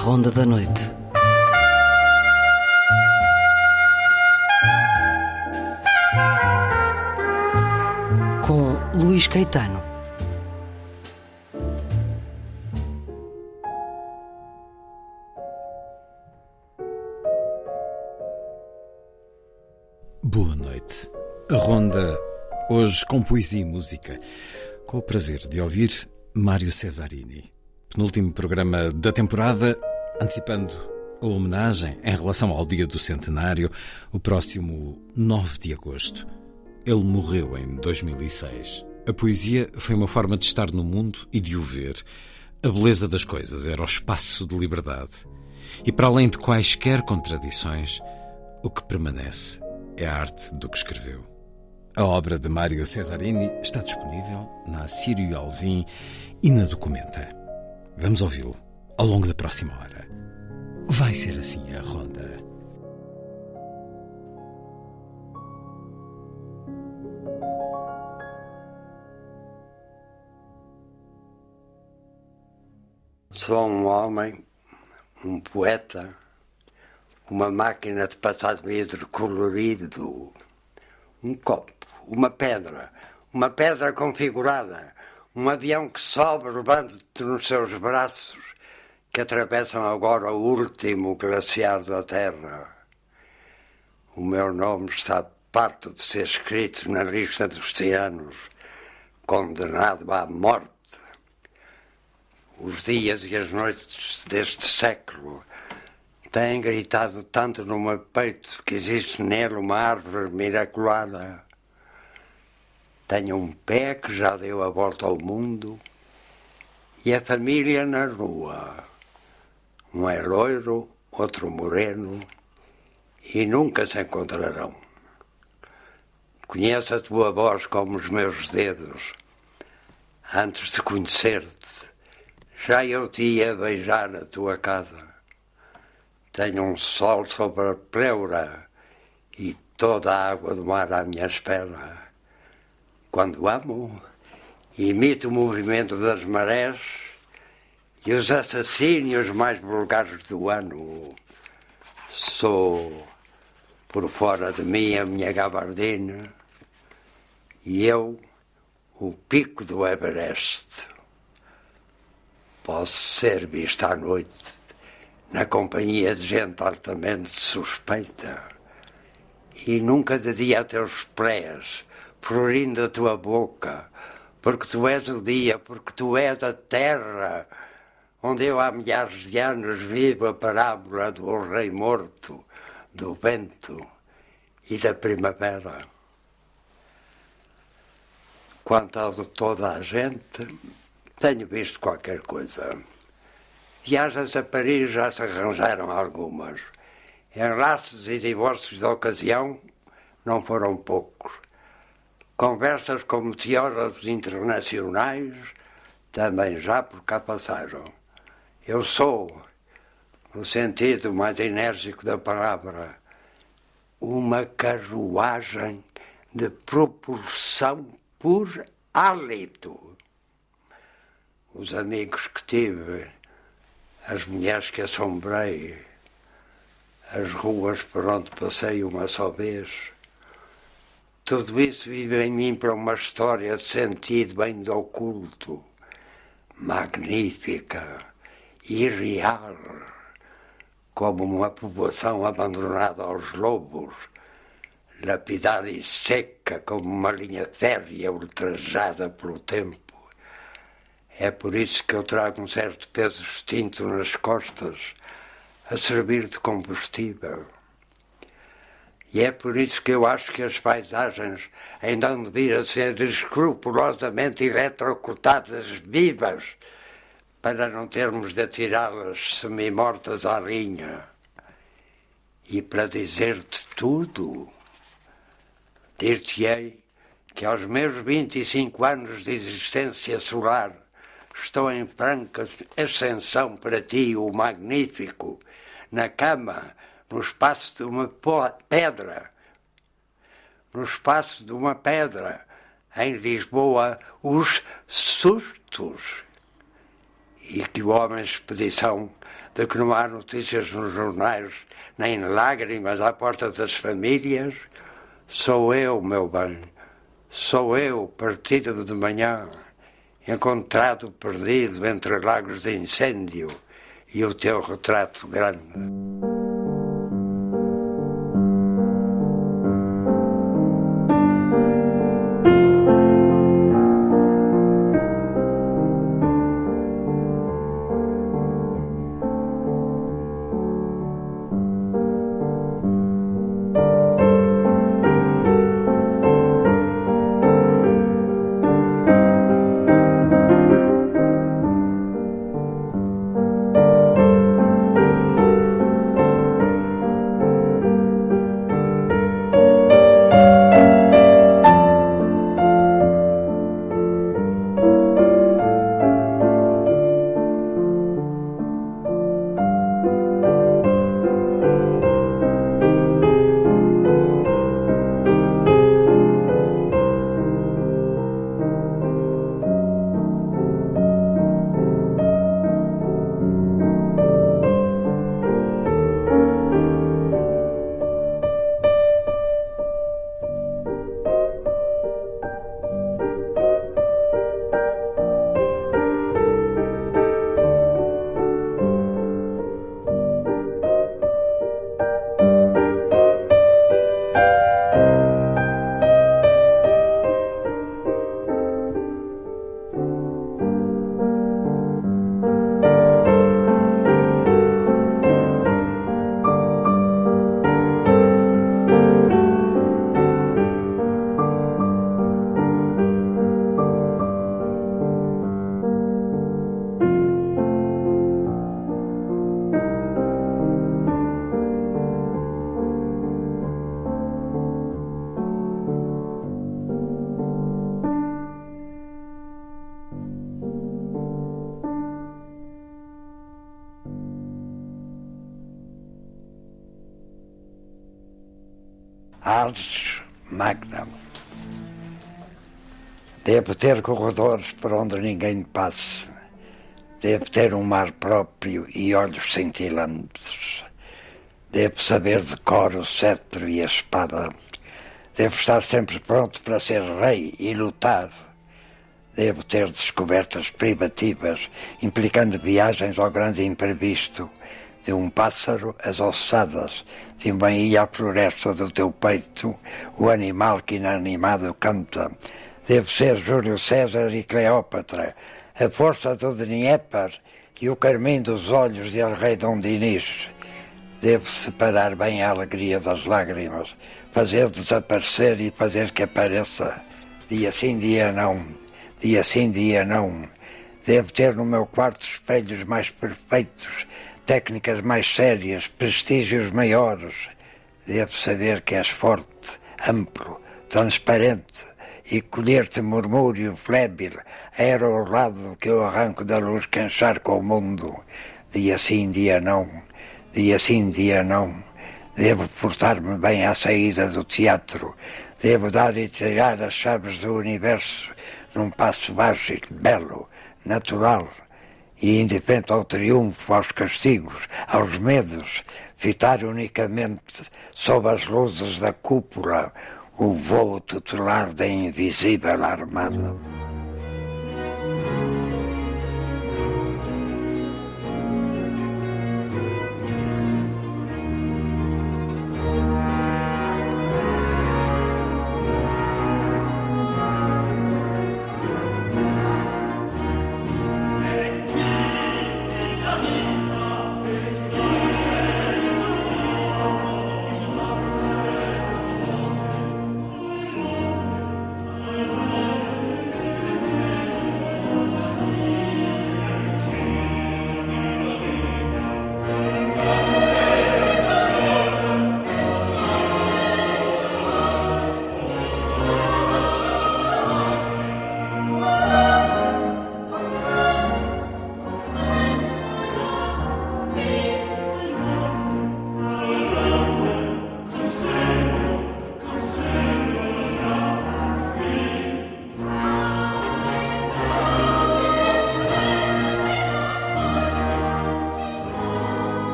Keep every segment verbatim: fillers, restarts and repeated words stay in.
Ronda da Noite. Com Luís Caetano. Boa noite. A Ronda, hoje com poesia e música, com o prazer de ouvir Mário Cesarini. Penúltimo programa da temporada, antecipando a homenagem em relação ao dia do centenário, o próximo nove de agosto. Ele morreu em dois mil e seis. A poesia foi uma forma de estar no mundo e de o ver. A beleza das coisas era o espaço de liberdade. E para além de quaisquer contradições, o que permanece é a arte do que escreveu. A obra de Mário Cesarini está disponível na Sírio Alvim e na Documenta. Vamos ouvi-lo ao longo da próxima hora. Vai ser assim a Ronda. Sou um homem, um poeta, uma máquina de passar vidro colorido, um copo, uma pedra, uma pedra configurada, um avião que sobe levando-te nos seus braços, que atravessam agora o último glaciar da Terra. O meu nome está farto de ser escrito na lista dos cianos, condenado à morte. Os dias e as noites deste século têm gritado tanto no meu peito que existe nele uma árvore miraculada. Tenho um pé que já deu a volta ao mundo e a família na rua. Um é loiro, outro moreno e nunca se encontrarão. Conheço a tua voz como os meus dedos. Antes de conhecer-te, já eu te ia beijar na tua casa. Tenho um sol sobre a pleura e toda a água do mar à minha espera. Quando amo, imito o movimento das marés e os assassínios mais vulgares do ano. Sou, por fora de mim, a minha gabardina e eu, o pico do Everest. Posso ser visto à noite na companhia de gente altamente suspeita e nunca de dia a teus pés, florindo a tua boca, porque tu és o dia, porque tu és a terra, onde eu há milhares de anos vivo a parábola do rei morto, do vento e da primavera. Quanto ao de toda a gente, tenho visto qualquer coisa. Viagens a Paris já se arranjaram algumas. Enlaces e divórcios de ocasião não foram poucos. Conversas com meteorólogos internacionais também já por cá passaram. Eu sou, no sentido mais enérgico da palavra, uma carruagem de propulsão por hálito. Os amigos que tive, as mulheres que assombrei, as ruas por onde passei uma só vez, tudo isso vive em mim para uma história de sentido bem do oculto, magnífica, irreal, como uma povoação abandonada aos lobos, lapidada e seca como uma linha férrea ultrajada pelo tempo. É por isso que eu trago um certo peso extinto nas costas, a servir de combustível. E é por isso que eu acho que as paisagens ainda hão de vir a ser escrupulosamente eletrocutadas vivas, para não termos de atirá-las semi-mortas à linha. E para dizer-te tudo, dir-te-ei que aos meus vinte e cinco anos de existência solar estou em franca ascensão para ti, o magnífico, na cama, no espaço de uma pedra, no espaço de uma pedra, em Lisboa, os sustos, e que o homem expedição de que não há notícias nos jornais, nem lágrimas à porta das famílias. Sou eu, meu bem, sou eu, partido de manhã, encontrado perdido entre lagos de incêndio e o teu retrato grande. Ars Magna. Devo ter corredores por onde ninguém passe. Devo ter um mar próprio e olhos cintilantes. Devo saber de cor o cetro e a espada. Devo estar sempre pronto para ser rei e lutar. Devo ter descobertas privativas, implicando viagens ao grande imprevisto, de um pássaro às ossadas, de uma ilha à floresta do teu peito, o animal que inanimado canta. Devo ser Júlio César e Cleópatra, a força do Dnieper e o carmim dos olhos de El Rei Dom Dinis. Devo separar bem a alegria das lágrimas, fazer desaparecer e fazer que apareça. Dia sim, dia não, dia sim, dia não. Devo ter no meu quarto espelhos mais perfeitos, técnicas mais sérias, prestígios maiores. Devo saber que és forte, amplo, transparente e colher-te murmúrio flébil, era o lado que eu arranco da luz que encharca o mundo. Dia sim, dia não, dia sim, dia não. Devo portar-me bem à saída do teatro. Devo dar e tirar as chaves do universo num passo básico, belo, natural e indiferente ao triunfo, aos castigos, aos medos, fitar unicamente sob as luzes da cúpula o voo tutelar da invisível armada.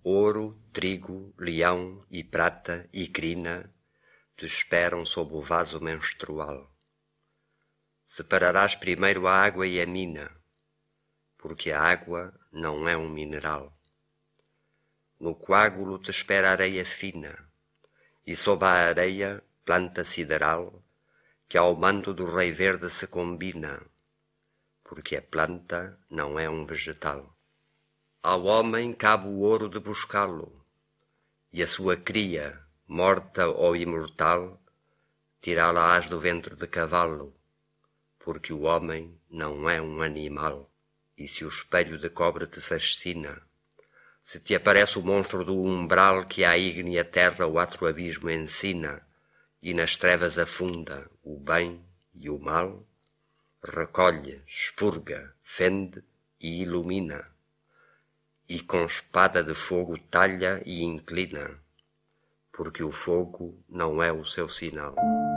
Ouro, trigo, leão e prata e crina te esperam sob o vaso menstrual. Separarás primeiro a água e a mina, porque a água não é um mineral. No coágulo te espera areia fina, e sob a areia planta sideral, que ao manto do rei verde se combina, porque a planta não é um vegetal. Ao homem cabe o ouro de buscá-lo, e a sua cria, morta ou imortal, tirá-la-ás do ventre de cavalo, porque o homem não é um animal. E se o espelho de cobre te fascina, se te aparece o monstro do umbral que à ígnea terra o atro abismo ensina, e nas trevas afunda o bem e o mal, recolhe, expurga, fende e ilumina, e com espada de fogo talha e inclina, porque o fogo não é o seu sinal.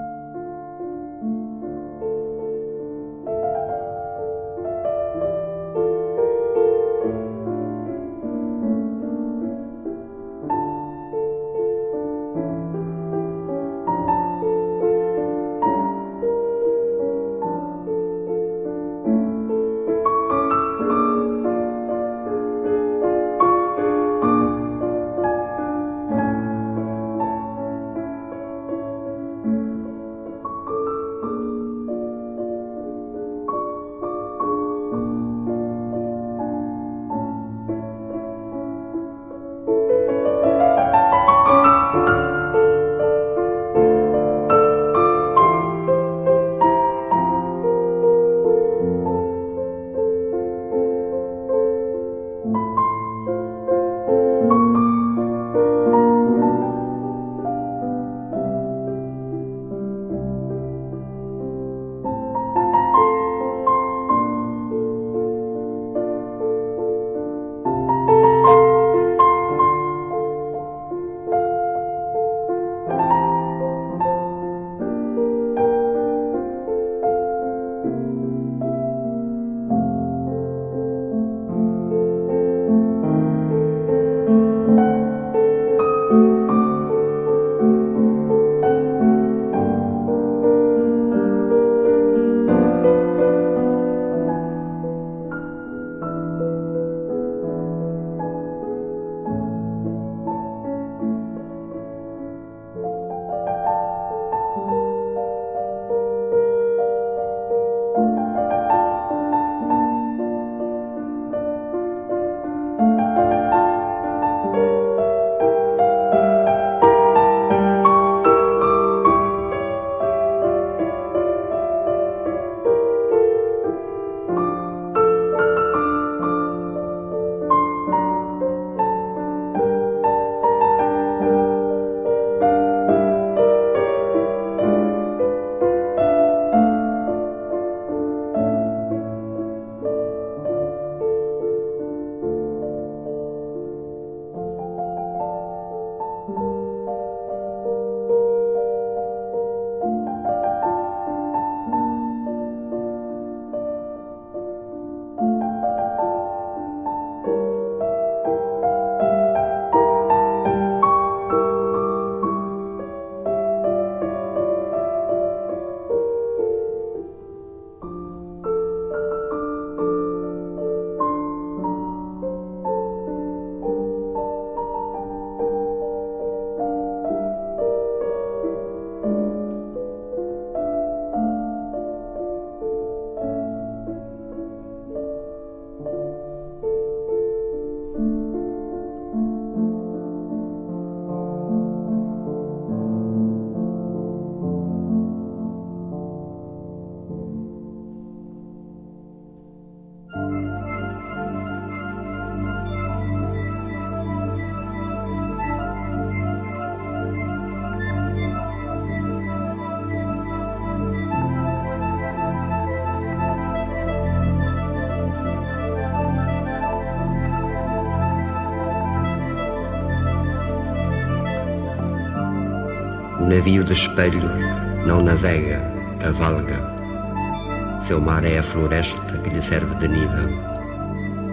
O navio de espelho não navega, cavalga. Seu mar é a floresta que lhe serve de nível.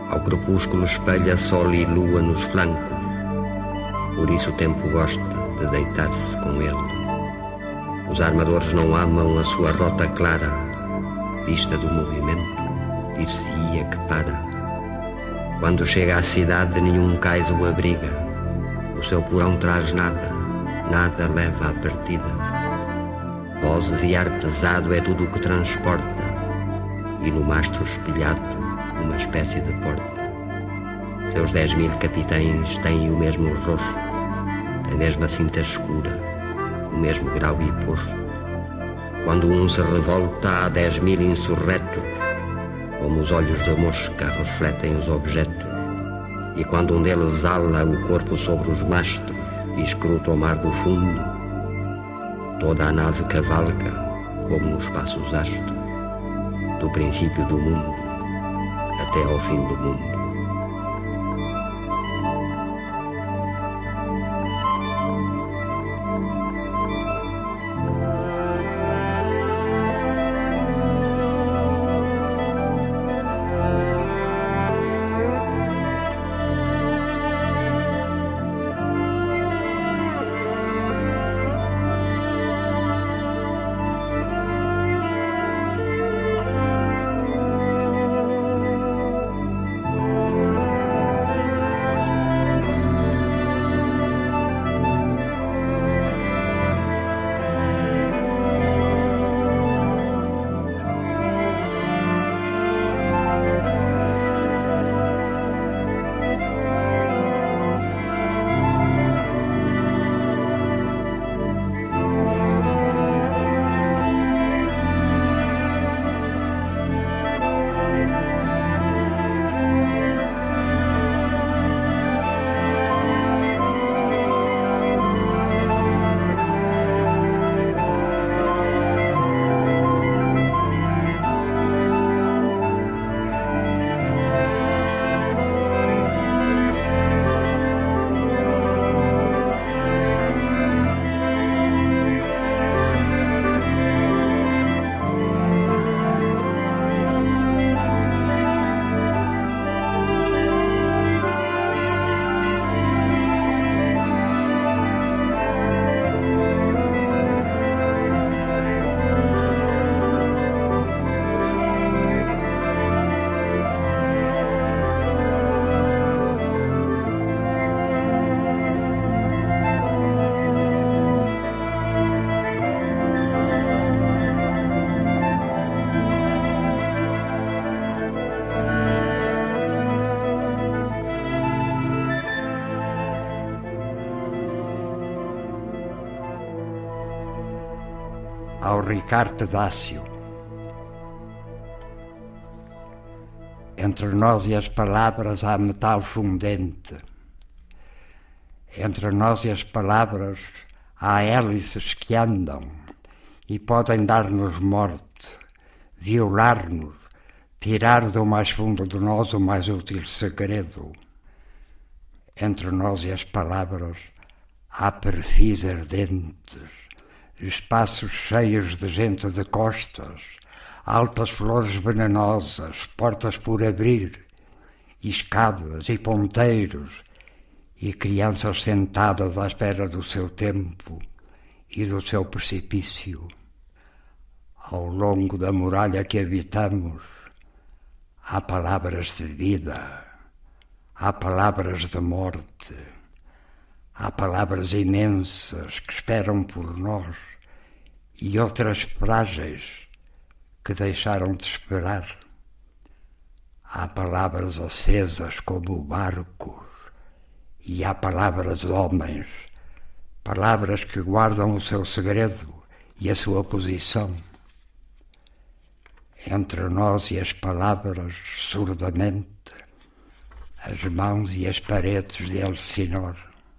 Ao crepúsculo espelha sol e lua nos flancos, por isso o tempo gosta de deitar-se com ele. Os armadores não amam a sua rota clara, vista do movimento, dir-se-ia que para. Quando chega à cidade nenhum cais o abriga, o seu porão traz nada, nada leva à partida. Vozes e ar pesado é tudo o que transporta, e no mastro espelhado uma espécie de porta. Seus dez mil capitães têm o mesmo rosto, a mesma cinta escura, o mesmo grau e posto. Quando um se revolta, há dez mil insurretos, como os olhos da mosca refletem os objetos. E quando um deles ala o corpo sobre os mastros e escruta o mar do fundo, toda a nave cavalga como nos passos astros, do princípio do mundo até ao fim do mundo. Ao Ricardo Dácio. Entre nós e as palavras há metal fundente. Entre nós e as palavras há hélices que andam e podem dar-nos morte, violar-nos, tirar do mais fundo de nós o mais útil segredo. Entre nós e as palavras há perfis ardentes, espaços cheios de gente de costas, altas flores venenosas, portas por abrir, escadas e ponteiros, e crianças sentadas à espera do seu tempo e do seu precipício. Ao longo da muralha que habitamos, há palavras de vida, há palavras de morte, há palavras imensas que esperam por nós e outras frágeis que deixaram de esperar. Há palavras acesas como barcos e há palavras de homens, palavras que guardam o seu segredo e a sua posição. Entre nós e as palavras, surdamente, as mãos e as paredes de Elsinor.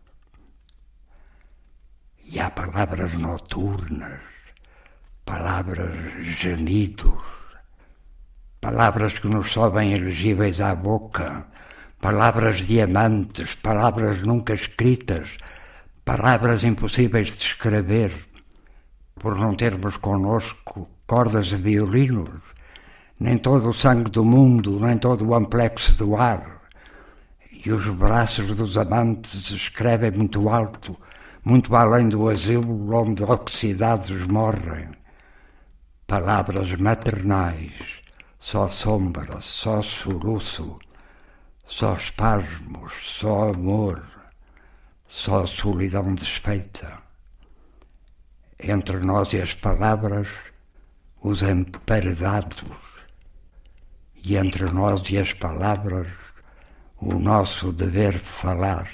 E há palavras noturnas, palavras gemidos, palavras que nos sobem elegíveis à boca, palavras diamantes, palavras nunca escritas, palavras impossíveis de escrever, por não termos connosco cordas de violinos, nem todo o sangue do mundo, nem todo o amplexo do ar. E os braços dos amantes escrevem muito alto, muito além do asilo onde oxidados morrem. Palavras maternais, só sombra, só soluço, só espasmos, só amor, só solidão desfeita. Entre nós e as palavras, os emparedados, e entre nós e as palavras, o nosso dever falar.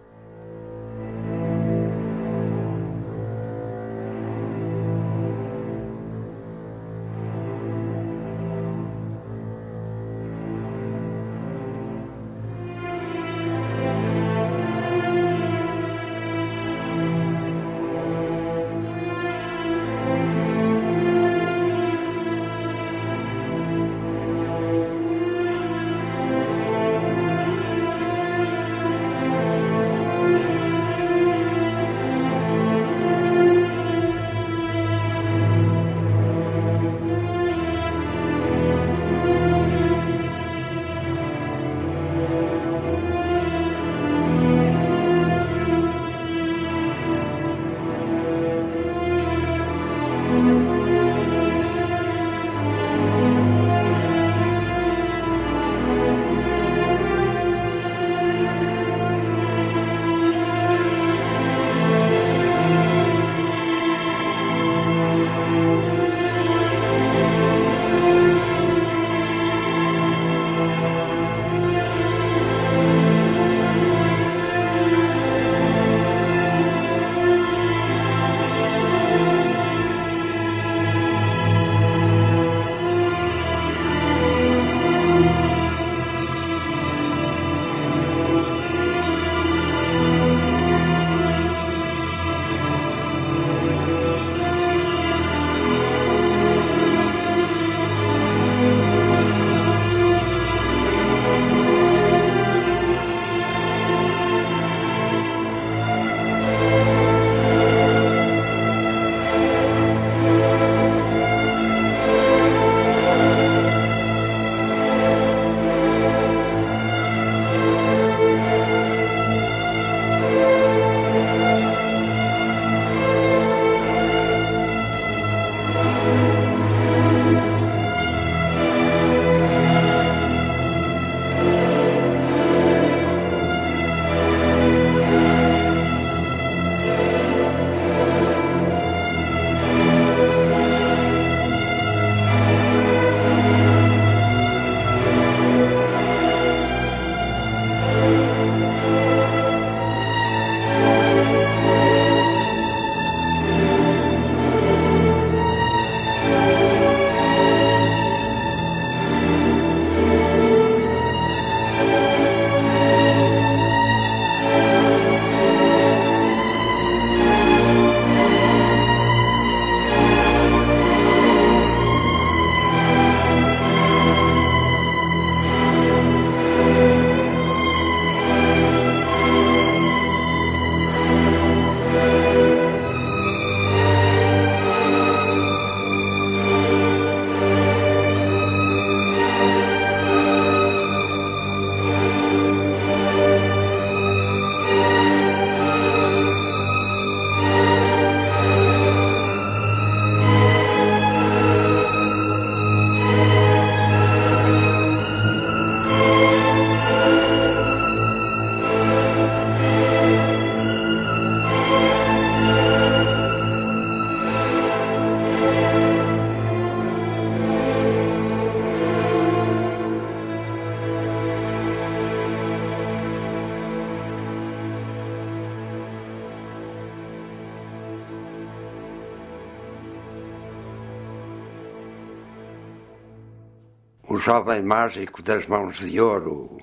o jovem mágico das mãos de ouro,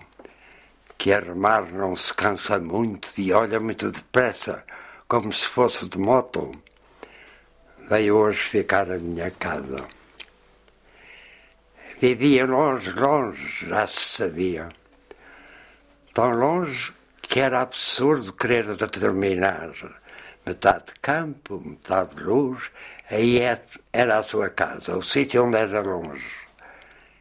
que a remar não se cansa muito e olha muito depressa, como se fosse de moto, veio hoje ficar à minha casa. Vivia longe, longe, já se sabia. Tão longe que era absurdo querer determinar. Metade campo, metade luz, aí era a sua casa, o sítio onde era longe.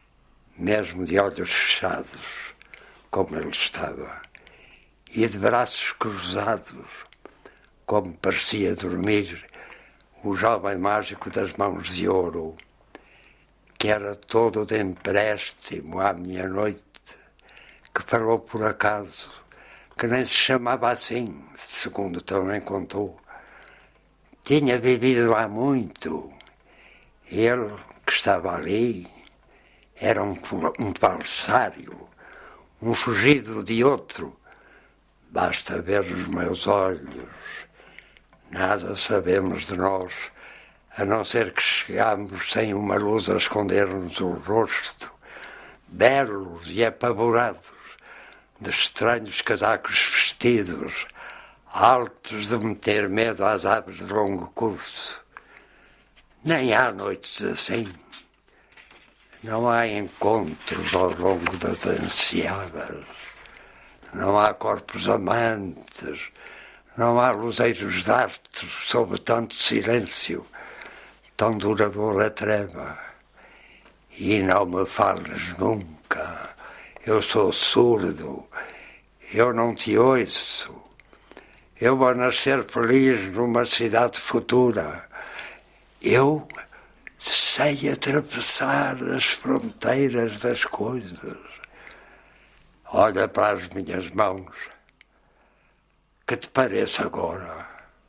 mesmo de olhos fechados, como ele estava, e de braços cruzados, como parecia dormir o jovem mágico das mãos de ouro, que era todo de empréstimo à minha noite, que falou por acaso, que nem se chamava assim, segundo também contou. Tinha vivido há muito. Ele, que estava ali, era um, um falsário, um fugido de outro. Basta ver os meus olhos. Nada sabemos de nós, a não ser que chegámos sem uma luz a esconder-nos o rosto, belos e apavorados, de estranhos casacos vestidos, altos de meter medo às aves de longo curso. Nem há noites assim. Não há encontros ao longo das ansiadas. Não há corpos amantes. Não há luzeiros de astros sob tanto silêncio, tão duradoura a treva. E não me fales nunca. Eu sou surdo. Eu não te ouço. Eu vou nascer feliz numa cidade futura. Eu sei atravessar as fronteiras das coisas. Olha para as minhas mãos. Que te parece agora?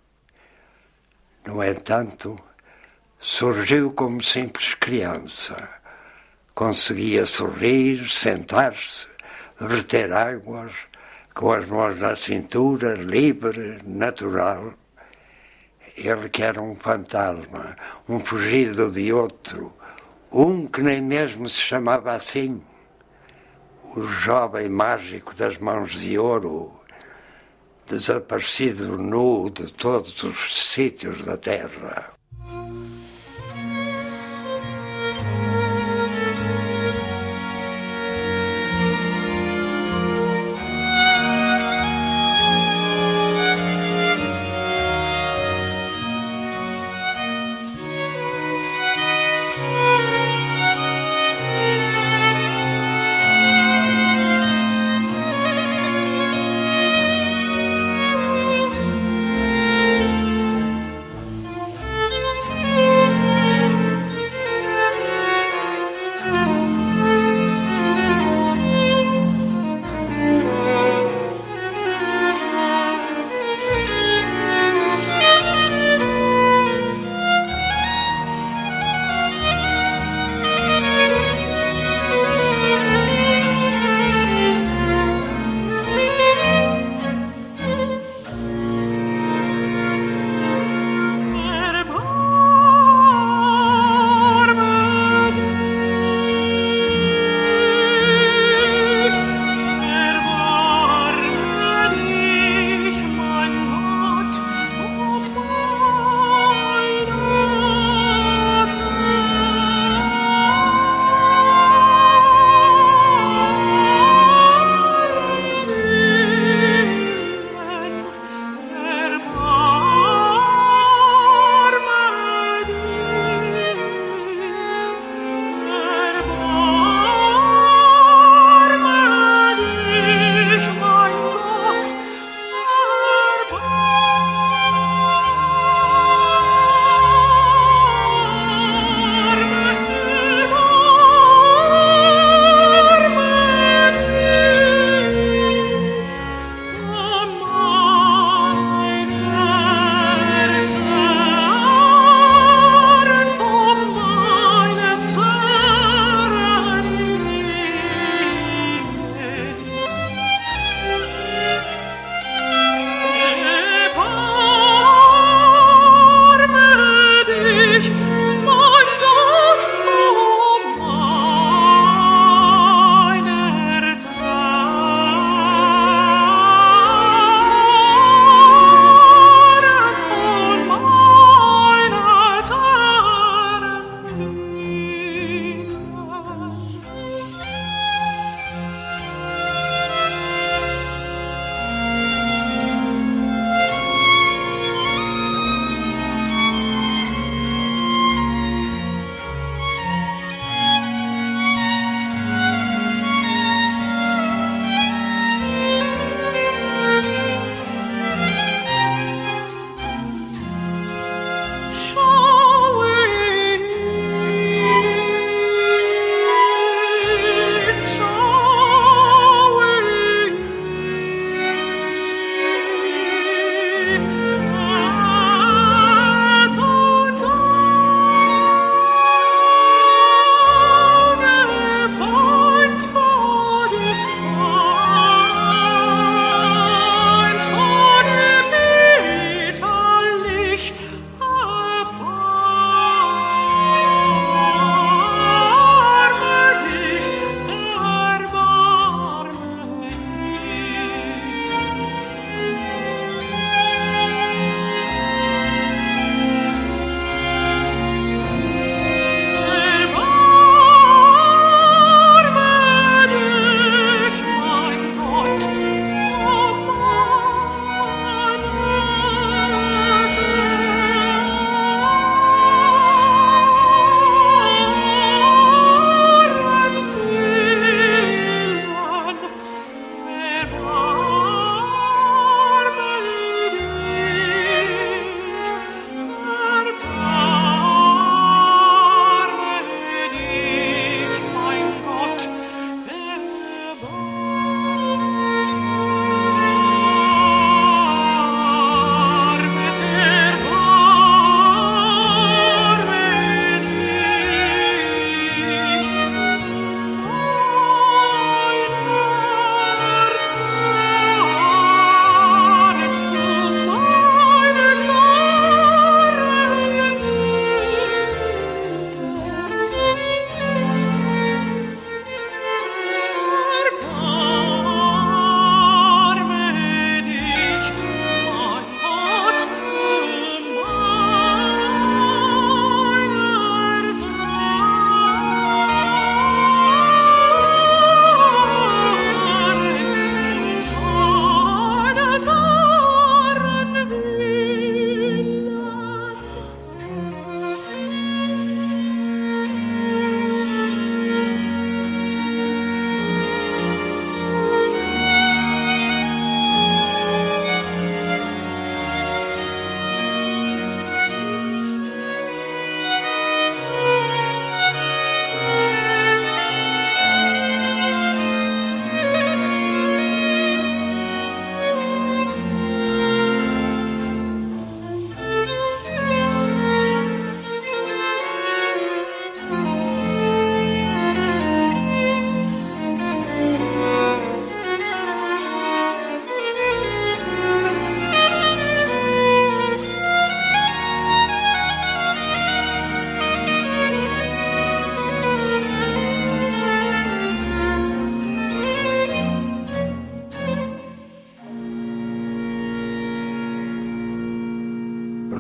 No entanto, surgiu como simples criança. Conseguia sorrir, sentar-se, verter águas, com as mãos na cintura, livre, natural. Ele que era um fantasma, um fugido de outro, um que nem mesmo se chamava assim. O jovem mágico das mãos de ouro, desaparecido nu de todos os sítios da terra.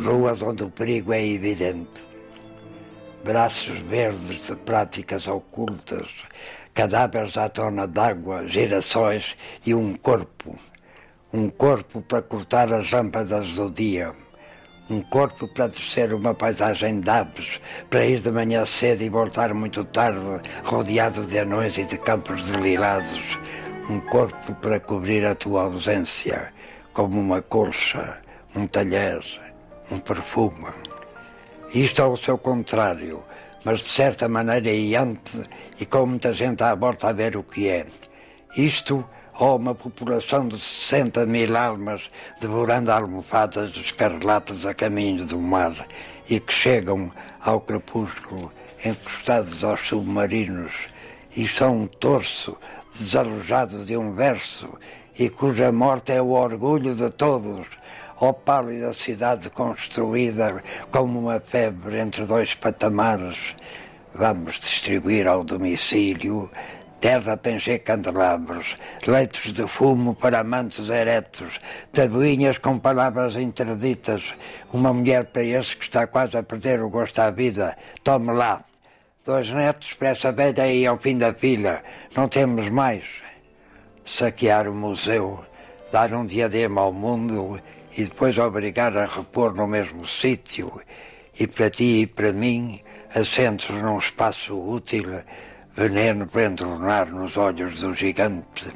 ruas onde o perigo é evidente. Braços verdes de práticas ocultas, cadáveres à tona d'água, girassóis e um corpo. Um corpo para cortar as lâmpadas do dia. Um corpo para descer uma paisagem de aves, para ir de manhã cedo e voltar muito tarde, rodeado de anões e de campos de lilazes. Um corpo para cobrir a tua ausência, como uma colcha, um talher, um perfume. Isto é o seu contrário, mas de certa maneira iante e com muita gente à volta a ver o que é. Isto ou uma população de sessenta mil almas devorando almofadas escarlatas a caminho do mar e que chegam ao crepúsculo encostados aos submarinos e são um torso desalojado de um verso e cuja morte é o orgulho de todos, ó pálida cidade construída como uma febre entre dois patamares. Vamos distribuir ao domicílio terra para encher candelabros, leitos de fumo para amantes eretos, tabuinhas com palavras interditas, uma mulher para esse que está quase a perder o gosto à vida. Tome lá, dois netos para essa velha aí ao fim da fila, não temos mais. Saquear o museu, dar um diadema ao mundo e depois obrigar a repor no mesmo sítio, e para ti e para mim, assentos num espaço útil, veneno para entornar nos olhos do gigante.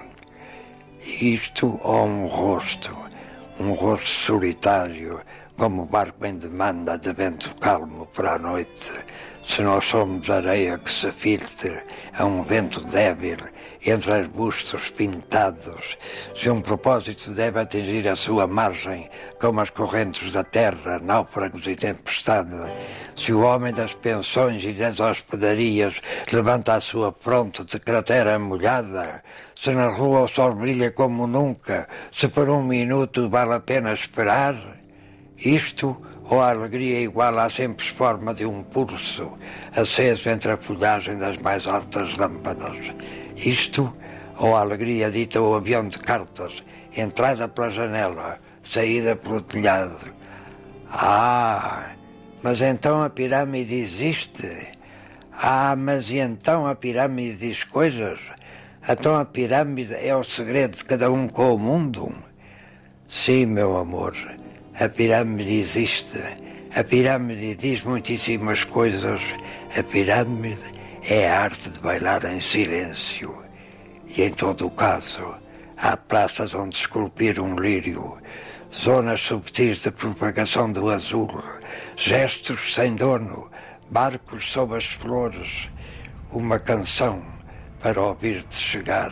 Isto ou um rosto, um rosto solitário, como o barco em demanda de vento calmo para a noite, se nós somos areia que se filtre a um vento débil entre arbustos pintados, se um propósito deve atingir a sua margem, como as correntes da terra, náufragos e tempestade, se o homem das pensões e das hospedarias levanta a sua fronte de cratera molhada, se na rua o sol brilha como nunca, se por um minuto vale a pena esperar, isto ou a alegria igual à simples forma de um pulso, aceso entre a folhagem das mais altas lâmpadas. Isto ou a alegria dita o avião de cartas, entrada pela janela, saída pelo telhado. Ah, mas então a pirâmide existe? Ah, mas e então a pirâmide diz coisas? Então a pirâmide é o segredo de cada um com o mundo? Sim, meu amor, a pirâmide existe. A pirâmide diz muitíssimas coisas. A pirâmide é a arte de bailar em silêncio. E em todo o caso, há praças onde esculpir um lírio, zonas subtis de propagação do azul, gestos sem dono, barcos sob as flores, uma canção para ouvir-te chegar.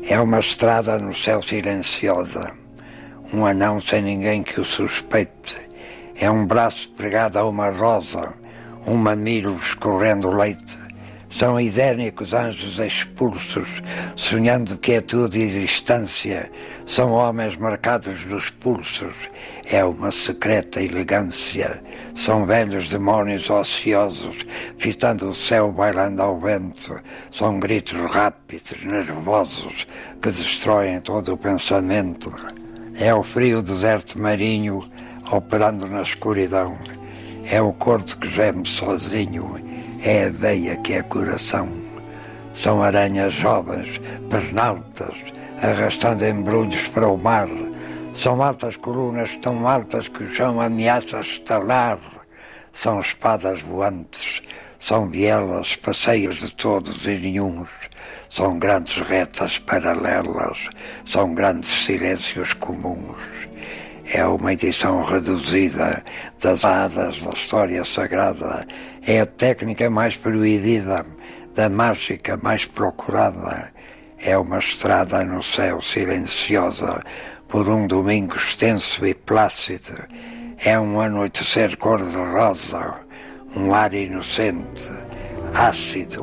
É uma estrada no céu silenciosa, um anão sem ninguém que o suspeite. É um braço pregado a uma rosa, um mamilo escorrendo leite. São idênicos anjos expulsos, sonhando quietude e distância. São homens marcados nos pulsos, é uma secreta elegância. São velhos demónios ociosos, fitando o céu bailando ao vento. São gritos rápidos, nervosos, que destroem todo o pensamento. É o frio deserto marinho, operando na escuridão. É o corpo que geme sozinho, é a veia que é coração. São aranhas jovens, pernaltas, arrastando embrulhos para o mar. São altas colunas tão altas que o chão ameaça estalar. São espadas voantes, são vielas, passeios de todos e nenhuns. São grandes retas paralelas, são grandes silêncios comuns. É uma edição reduzida das hadas da história sagrada. É a técnica mais proibida, da mágica mais procurada. É uma estrada no céu silenciosa, por um domingo extenso e plácido. É um anoitecer cor-de-rosa, um ar inocente, ácido.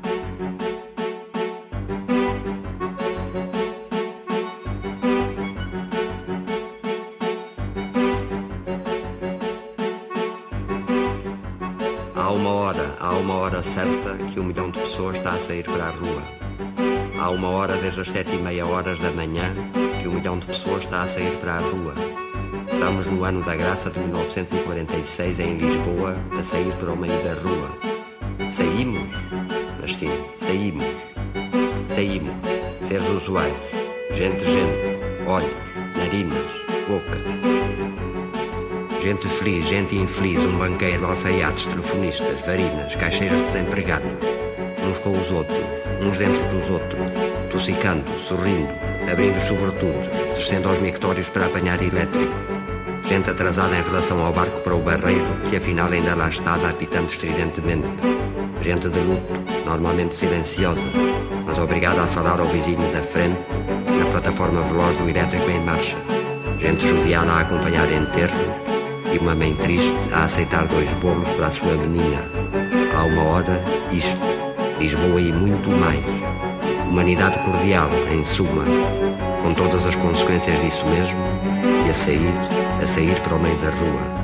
Há uma hora, há uma hora certa que um milhão de pessoas está a sair para a rua. Há uma hora desde as sete e meia horas da manhã que um milhão de pessoas está a sair para a rua. Estamos no ano da graça de mil novecentos e quarenta e seis em Lisboa, a sair para o meio da rua. Saímos? Mas sim, saímos. Saímos. Seres usuários. Gente, gente. Olhos. Narinas. Boca. Gente feliz, gente infeliz, um banqueiro, alfaiates, telefonistas, varinas, caixeiros desempregados, uns com os outros, uns dentro dos outros, tossicando, sorrindo, abrindo sobretudo, descendo aos mictórios para apanhar elétrico. Gente atrasada em relação ao barco para o barreiro, que afinal ainda lá está, apitando estridentemente. Gente de luto, normalmente silenciosa, mas obrigada a falar ao vizinho da frente, na plataforma veloz do elétrico em marcha. Gente jovial a acompanhar enterros, e uma mãe triste a aceitar dois bolos para a sua menina. Há uma hora, isto, Lisboa e muito mais. Humanidade cordial, em suma, com todas as consequências disso mesmo, e a sair, a sair para o meio da rua.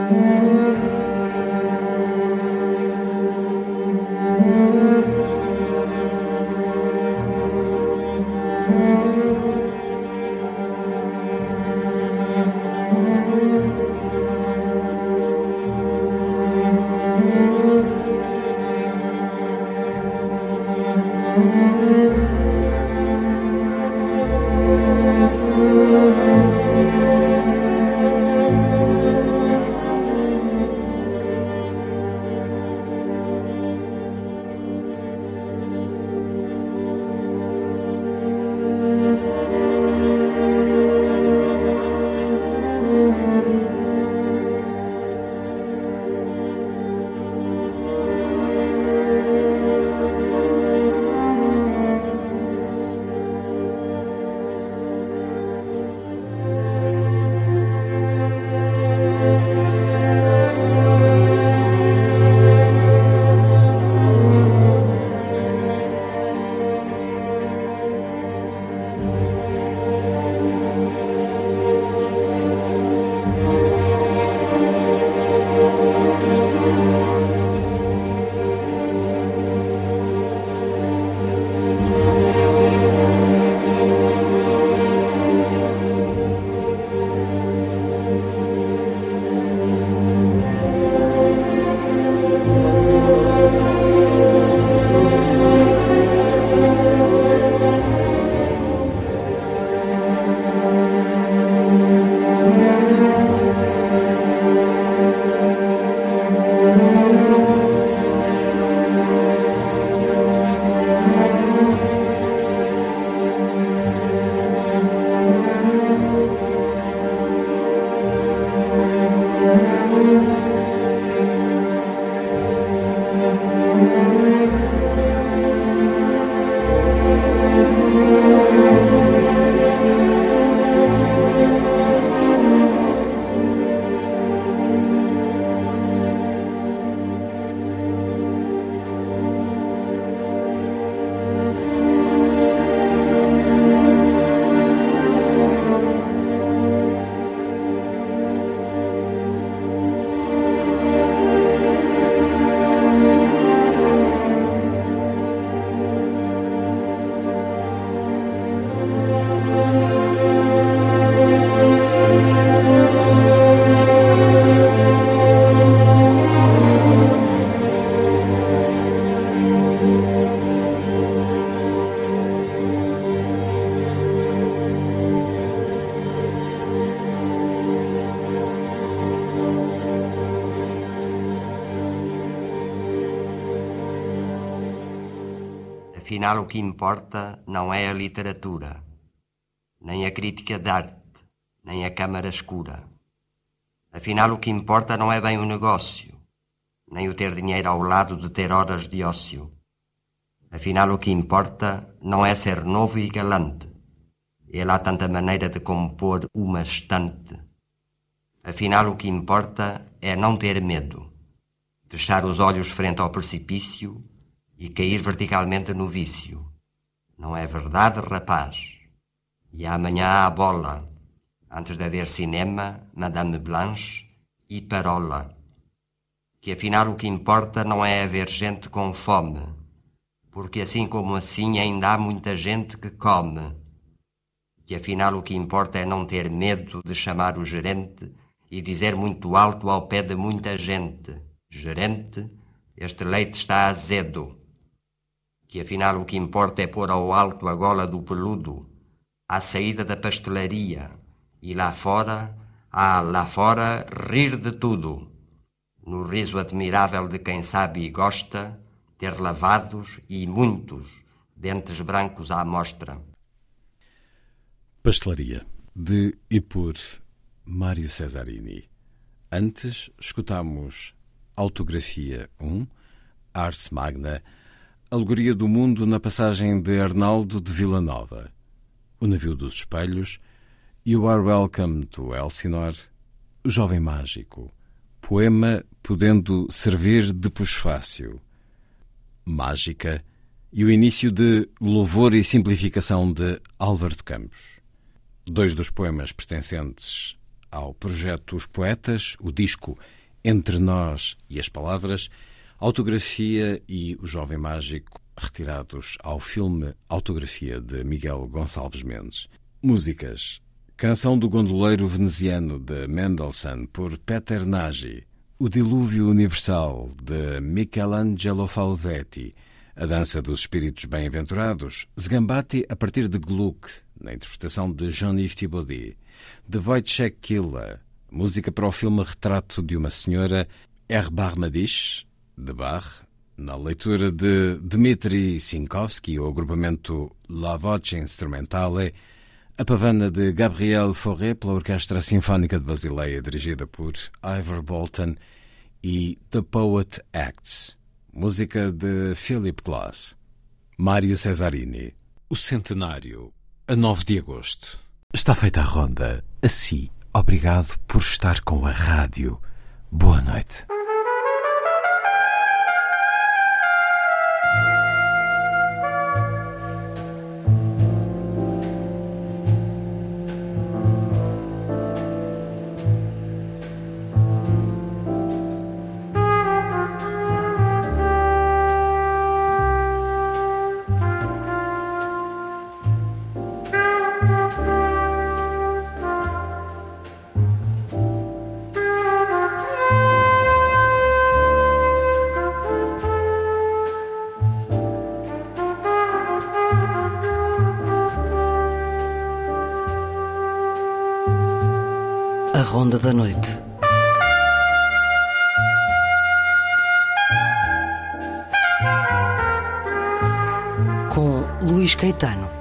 Afinal, o que importa não é a literatura, nem a crítica de arte, nem a câmara escura. Afinal, o que importa não é bem o negócio, nem o ter dinheiro ao lado de ter horas de ócio. Afinal, o que importa não é ser novo e galante, e lá tanta maneira de compor uma estante. Afinal, o que importa é não ter medo, fechar os olhos frente ao precipício e cair verticalmente no vício. Não é verdade, rapaz? E amanhã há bola, antes de haver cinema, Madame Blanche e Parola. Que afinal o que importa não é haver gente com fome, porque assim como assim ainda há muita gente que come. Que afinal o que importa é não ter medo de chamar o gerente e dizer muito alto ao pé de muita gente: gerente, este leite está azedo. Que afinal o que importa é pôr ao alto a gola do peludo, à saída da pastelaria, e lá fora, ah, lá fora, rir de tudo, no riso admirável de quem sabe e gosta ter lavados e muitos dentes brancos à mostra. Pastelaria, de e por Mário Cesarini. Antes, escutamos Autografia um, Ars Magna, Alegoria do Mundo na passagem de Arnaldo de Villanova, O Navio dos Espelhos, You Are Welcome to Elsinore, O Jovem Mágico, poema podendo servir de pusfácio, Mágica e o início de Louvor e Simplificação de Álvaro de Campos. Dois dos poemas pertencentes ao projeto Os Poetas, o disco Entre Nós e as Palavras, Autografia e O Jovem Mágico, retirados ao filme Autografia, de Miguel Gonçalves Mendes. Músicas: Canção do Gondoleiro Veneziano, de Mendelssohn, por Peter Nagy; O Dilúvio Universal, de Michelangelo Falvetti; A Dança dos Espíritos Bem-Aventurados, Sgambati a partir de Gluck, na interpretação de Jean-Yves Thibaudy; de Wojciech Killa, música para o filme Retrato de uma Senhora; Herbar Madisch, de Bach, na leitura de Dmitri Sinkovsky, o agrupamento La Voce Instrumentale; A Pavana, de Gabriel Fauré, pela Orquestra Sinfónica de Basileia, dirigida por Ivor Bolton; e The Poet Acts, música de Philip Glass. Mário Cesarini. O centenário, a nove de agosto. Está feita a ronda. Assim, obrigado por estar com a rádio. Boa noite. A Ronda da Noite. Com Luís Caetano.